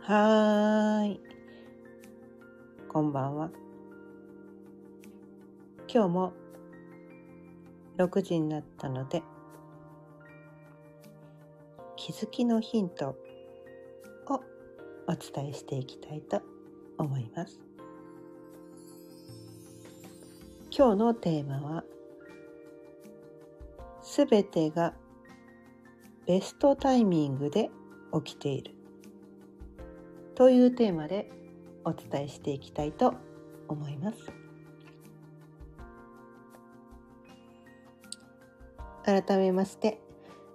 はーい、こんばんは。今日も6時になったので、気づきのヒントをお伝えしていきたいと思います。今日のテーマは、すべてがベストタイミングで起きているというテーマでお伝えしていきたいと思います。改めまして、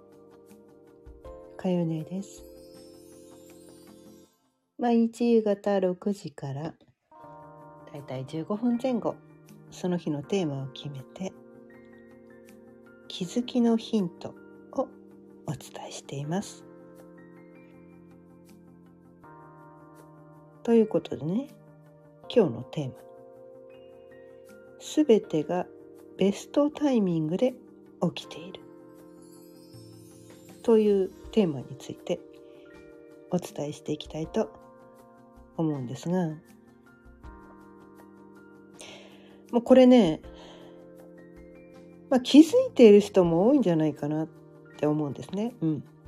かよねです。毎日夕方6時からだいたい15分前後、その日のテーマを決めて、気づきのヒントをお伝えしています。ということでね、今日のテーマ、すべてがベストタイミングで起きているというテーマについてお伝えしていきたいと思うんですが、もうこれね、気づいている人も多いんじゃないかなって思うんですね。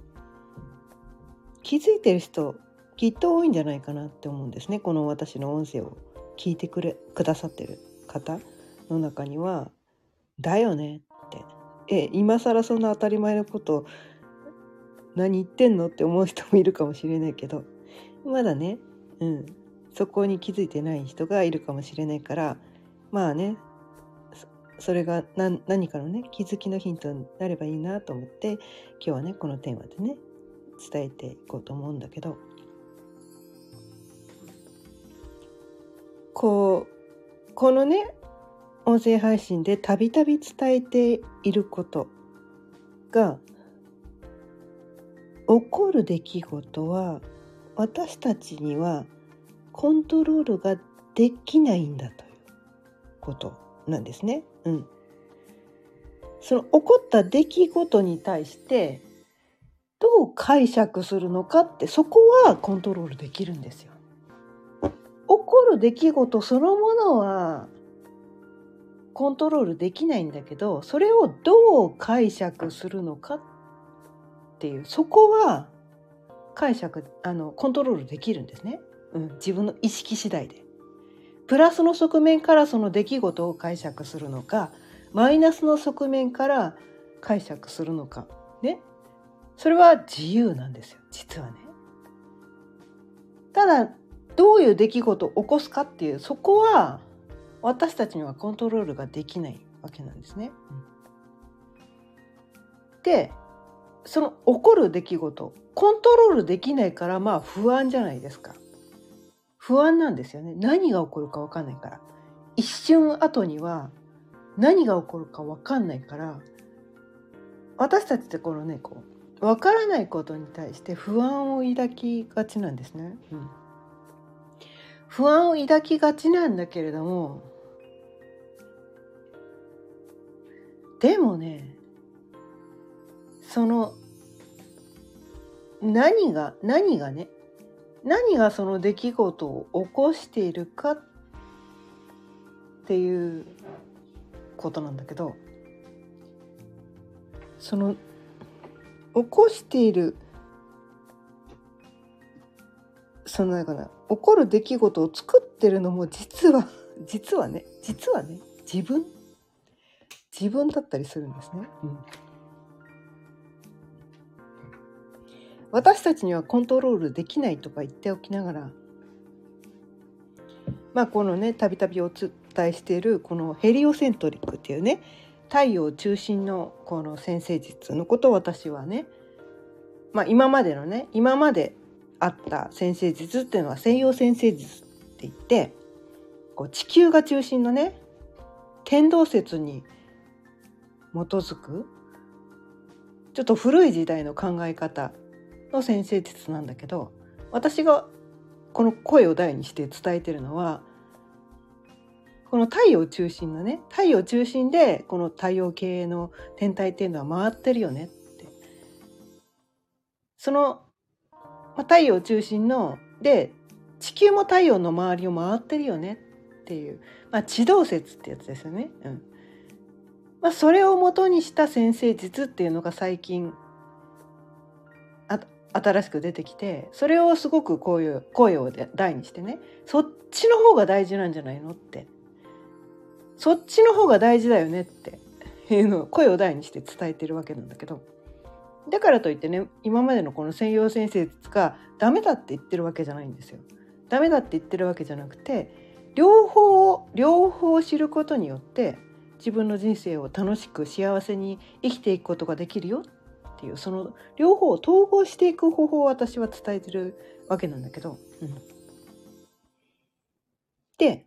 気づいている人きっと多いんじゃないかなって思うんですね。この私の音声を聞いてくださってる方の中には、だよねって、今更そんな当たり前のこと何言ってんのって思う人もいるかもしれないけど、まだね、そこに気づいてない人がいるかもしれないから、それが何かのね、気づきのヒントになればいいなと思って、今日はね、このテーマでね、伝えていこうと思うんだけど、このね、音声配信でたびたび伝えていることが、起こる出来事は私たちにはコントロールができないんだということなんですね。その起こった出来事に対してどう解釈するのかって、そこはコントロールできるんですよ。起こる出来事そのものはコントロールできないんだけど、それをどう解釈するのかっていう、そこはコントロールできるんですね。自分の意識次第で。プラスの側面からその出来事を解釈するのか、マイナスの側面から解釈するのかね、それは自由なんですよ、実はね。ただどういう出来事を起こすかっていう、そこは私たちにはコントロールができないわけなんですね。で、その起こる出来事コントロールできないから、不安じゃないですか。不安なんですよね。何が起こるか分かんないから。一瞬後には何が起こるか分かんないから、私たちってこのね、分からないことに対して不安を抱きがちなんですね。不安を抱きがちなんだけれども、でもね、その何がその出来事を起こしているかっていうことなんだけど、その起こしている起こる出来事を作ってるのも実はね自分だったりするんですね。私たちにはコントロールできないとか言っておきながら、このね、たびたびお伝えしているこのヘリオセントリックっていうね、太陽中心のこの占星術のことを私はね、今まであった占星術っていうのは西洋占星術って言って、地球が中心のね、天動説に基づくちょっと古い時代の考え方の占星術なんだけど、私がこの声を大にして伝えてるのは、この太陽中心でこの太陽系の天体っていうのは回ってるよねって、その太陽中心ので地球も太陽の周りを回ってるよねっていう、地動説ってやつですよね。それを元にした占星術っていうのが最近新しく出てきて、それをすごくこういう声を大にしてね、そっちの方が大事なんじゃないのって、そっちの方が大事だよねっていうのを声を大にして伝えてるわけなんだけど、だからといってね、今までのこの西洋占星術がダメだって言ってるわけじゃないんですよ。ダメだって言ってるわけじゃなくて、両方を知ることによって自分の人生を楽しく幸せに生きていくことができるよっていう、その両方を統合していく方法を私は伝えてるわけなんだけど、で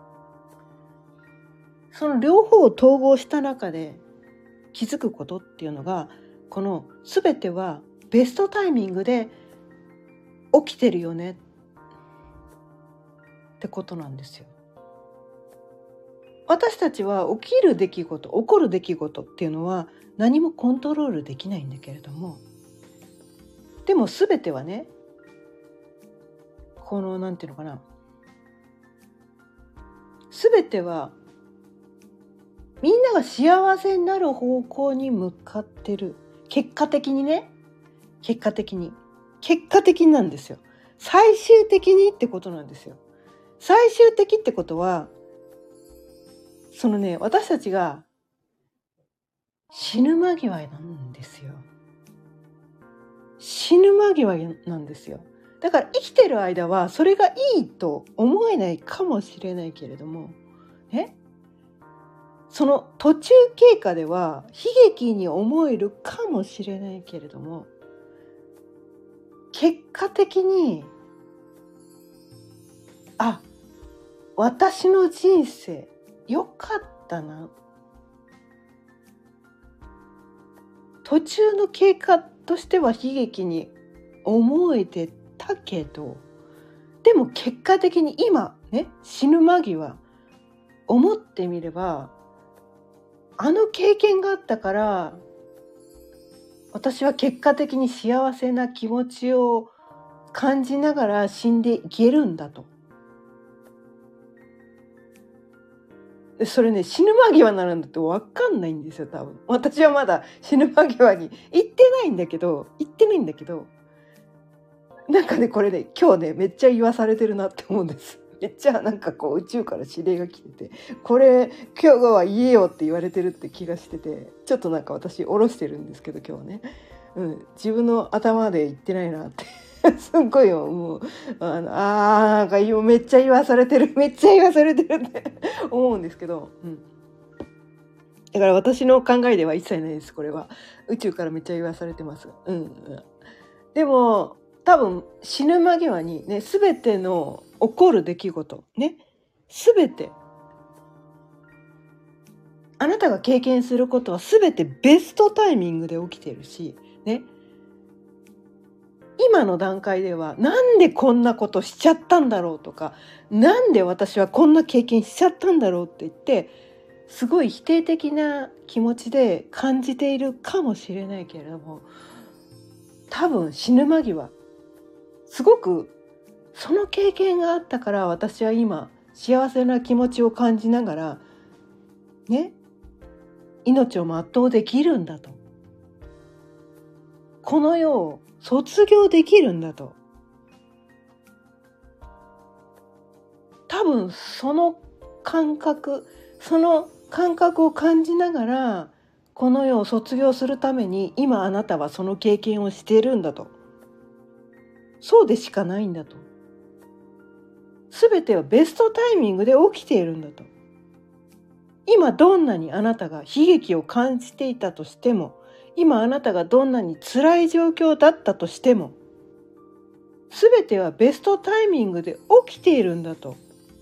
その両方を統合した中で気づくことっていうのが、この全てはベストタイミングで起きてるよねってことなんですよ。私たちは起きる出来事、起こる出来事っていうのは何もコントロールできないんだけれども、でも全てはね、このなんていうのかな、全てはみんなが幸せになる方向に向かってる。結果的になんですよ。最終的にってことなんですよ。最終的ってことは、そのね、私たちが死ぬ間際なんですよ。死ぬ間際なんですよ。だから生きてる間はそれがいいと思えないかもしれないけれども、その途中経過では悲劇に思えるかもしれないけれども、結果的に私の人生良かったな、途中の経過としては悲劇に思えてたけど、でも結果的に今ね、死ぬ間際思ってみれば、あの経験があったから私は結果的に幸せな気持ちを感じながら死んでいけるんだと。それね、死ぬ間際になるんだって分かんないんですよ、多分。私はまだ死ぬ間際に行ってないんだけど、なんかね、これね、今日ね、めっちゃ言わされてるなって思うんです。めっちゃなんかこう宇宙から指令が来てて、これ今日は言えよって言われてるって気がしてて、ちょっとなんか私下ろしてるんですけど、今日はね、自分の頭で言ってないなってすっごいよ、もうなんか今めっちゃ言わされてるって思うんですけど、だから私の考えでは一切ないです。これは宇宙からめっちゃ言わされてます。でも多分死ぬ間際にね、全ての起こる出来事ね、全てあなたが経験することは全てベストタイミングで起きてるしね、今の段階ではなんでこんなことしちゃったんだろうとか、なんで私はこんな経験しちゃったんだろうって言って、すごい否定的な気持ちで感じているかもしれないけれども、多分死ぬ間際すごくその経験があったから私は今幸せな気持ちを感じながらね、命を全うできるんだと、この世を卒業できるんだと、多分その感覚を感じながらこの世を卒業するために今あなたはその経験をしているんだと、そうでしかないんだと、全てはベストタイミングで起きているんだと。今どんなにあなたが悲劇を感じていたとしても、今あなたがどんなに辛い状況だったとしても、全てはベストタイミングで起きているんだと。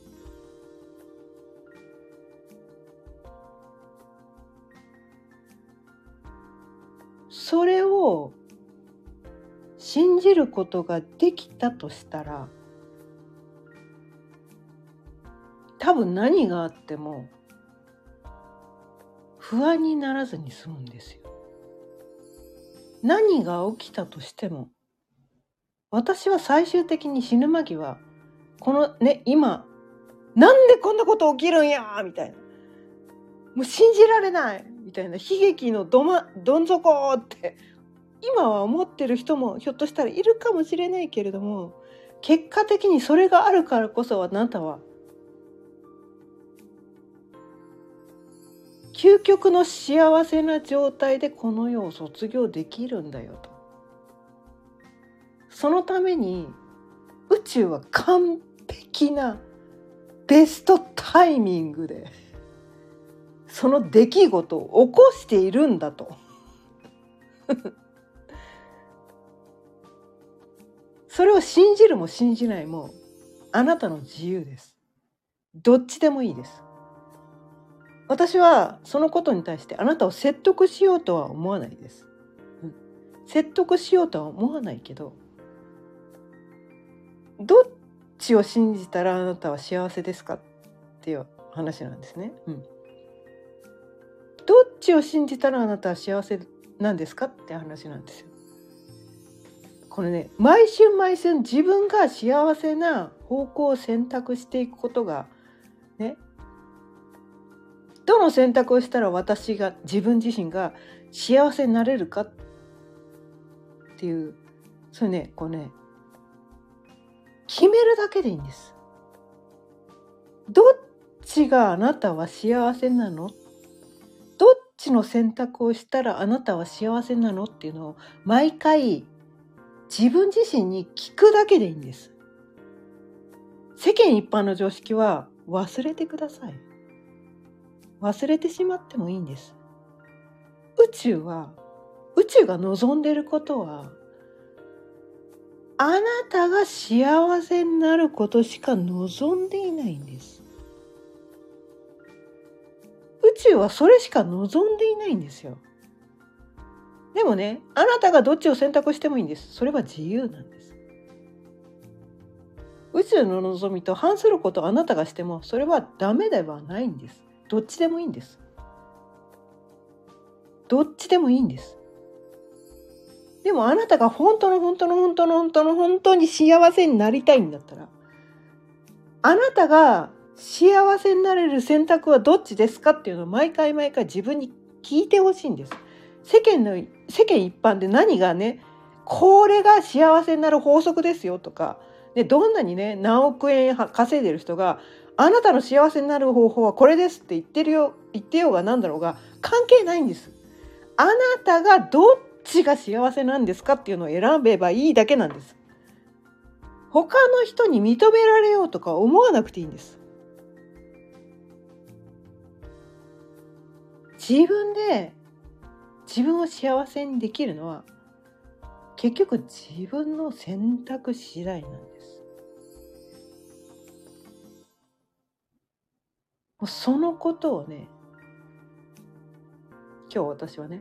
それを信じることができたとしたら、多分何があっても不安にならずに済むんですよ。何が起きたとしても私は最終的に死ぬ間際、このね、今、なんでこんなこと起きるんやみたいな。もう信じられないみたいな、悲劇のどん底って今は思ってる人もひょっとしたらいるかもしれないけれども、結果的にそれがあるからこそあなたは究極の幸せな状態でこの世を卒業できるんだよと。そのために宇宙は完璧なベストタイミングでその出来事を起こしているんだと。それを信じるも信じないもあなたの自由です。どっちでもいいです。私はそのことに対してあなたを説得しようとは思わないです。説得しようとは思わないけど、どっちを信じたらあなたは幸せですかっていう話なんですね。どっちを信じたらあなたは幸せなんですかって話なんですよ。これね、毎週毎週自分が幸せな方向を選択していくことがね、どの選択をしたら自分自身が幸せになれるかっていう、それね、こうね、決めるだけでいいんです。どっちがあなたは幸せなの？どっちの選択をしたらあなたは幸せなのっていうのを毎回自分自身に聞くだけでいいんです。世間一般の常識は忘れてください。忘れてしまってもいいんです。宇宙が望んでいることは、あなたが幸せになることしか望んでいないんです。宇宙はそれしか望んでいないんですよ。でもね、あなたがどっちを選択してもいいんです。それは自由なんです。宇宙の望みと反することをあなたがしても、それはダメではないんです。どっちでもいいんです。どっちでもいいんです。でもあなたが本当に幸せになりたいんだったら、あなたが幸せになれる選択はどっちですかっていうのを毎回自分に聞いてほしいんです。世間一般で何がね、これが幸せになる法則ですよとか、でどんなにね何億円稼いでる人があなたの幸せになる方法はこれですって言ってようが何だろうが関係ないんです。あなたがどっちが幸せなんですかっていうのを選べばいいだけなんです。他の人に認められようとか思わなくていいんです。自分を幸せにできるのは結局自分の選択次第なんです。もうそのことをね、今日私はね、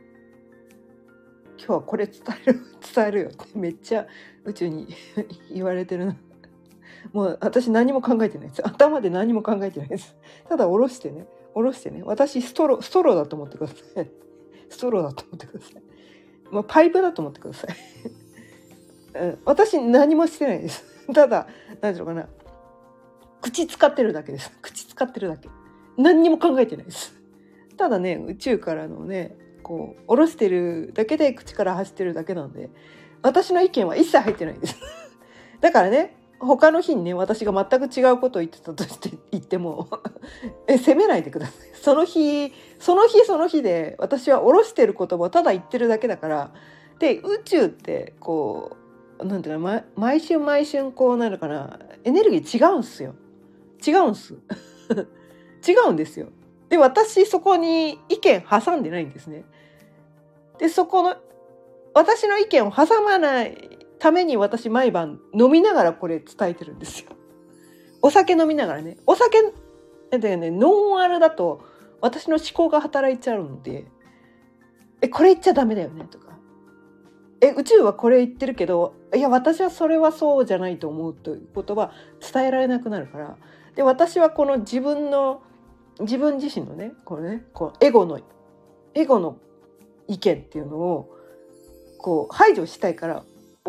今日はこれ伝えるよってめっちゃ宇宙に言われてるな。もう私何も考えてないです。頭で何も考えてないです。ただ下ろしてね。私ストローだと思ってください。ストローだと思ってください。パイプだと思ってください。私何もしてないです。ただ何ていうのかな。口使ってるだけです。口使ってるだけ。何にも考えてないです。ただね、宇宙からのね、こう下ろしてるだけで口から発してるだけなんで、私の意見は一切入ってないです。だからね、他の日にね、私が全く違うことを言ってたと言っても責めないでください。その日で私は下ろしてる言葉をただ言ってるだけだから。で、宇宙ってこうなんていうの、毎春こうなるから、エネルギー違うんすよ。違うんですよ。で、私そこに意見挟んでないんですね。で、そこの私の意見を挟まないために私毎晩飲みながらこれ伝えてるんですよ。お酒飲みながらね。お酒でね、ノンアルだと私の思考が働いちゃうので、これ言っちゃダメだよねとか。宇宙はこれ言ってるけど、いや私はそれはそうじゃないと思うということは伝えられなくなるから。で、私はこの自分自身のね、これね、こうエゴの意見っていうのをこう排除したいから、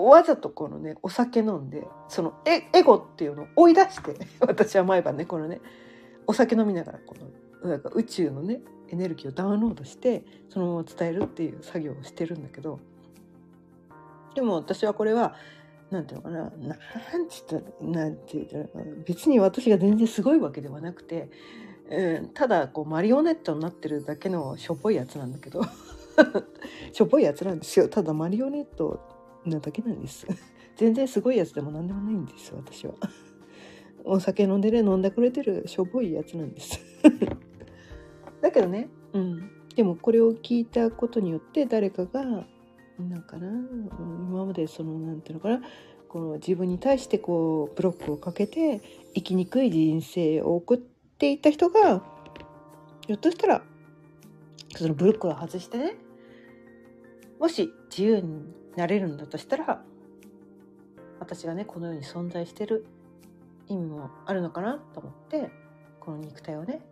わざとこのねお酒飲んでそのエゴっていうのを追い出して私は毎晩ねこのねお酒飲みながらこのなんか宇宙のねエネルギーをダウンロードしてそのまま伝えるっていう作業をしてるんだけど、でも私はこれはなんていうのかな、なんて言ったら別に私が全然すごいわけではなくて、ただこうマリオネットになってるだけのしょぼいやつなんだけどしょぼいやつなんですよ。ただマリオネットなだけなんです全然すごいやつでもなんでもないんですよ私は。お酒飲んでくれてるしょぼいやつなんですだけどね、でもこれを聞いたことによって誰かがなんかな、今までそのなんていうのかな、この自分に対してこうブロックをかけて生きにくい人生を送っていた人がひょっとしたらそのブロックを外してね、もし自由になれるんだとしたら私がねこの世に存在してる意味もあるのかなと思ってこの肉体をね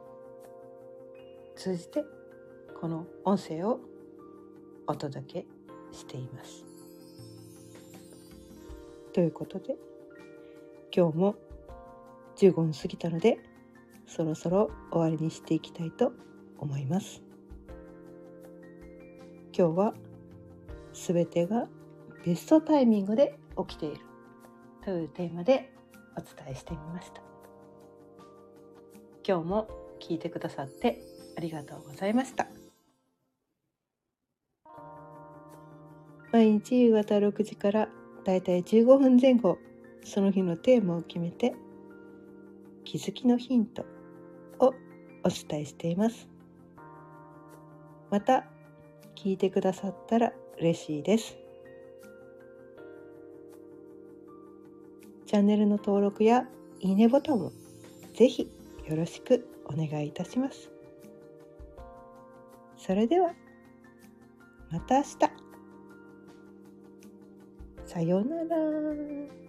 通じてこの音声をお届けしています。ということで今日も15分過ぎたのでそろそろ終わりにしていきたいと思います。今日はすべてがベストタイミングで起きているというテーマでお伝えしてみました。今日も聞いてくださってありがとうございました。毎日夕方6時からだいたい15分前後、その日のテーマを決めて気づきのヒントをお伝えしています。また聞いてくださったら嬉しいです。チャンネルの登録やいいねボタンもぜひよろしくお願いいたします。それではまた明日。さようなら。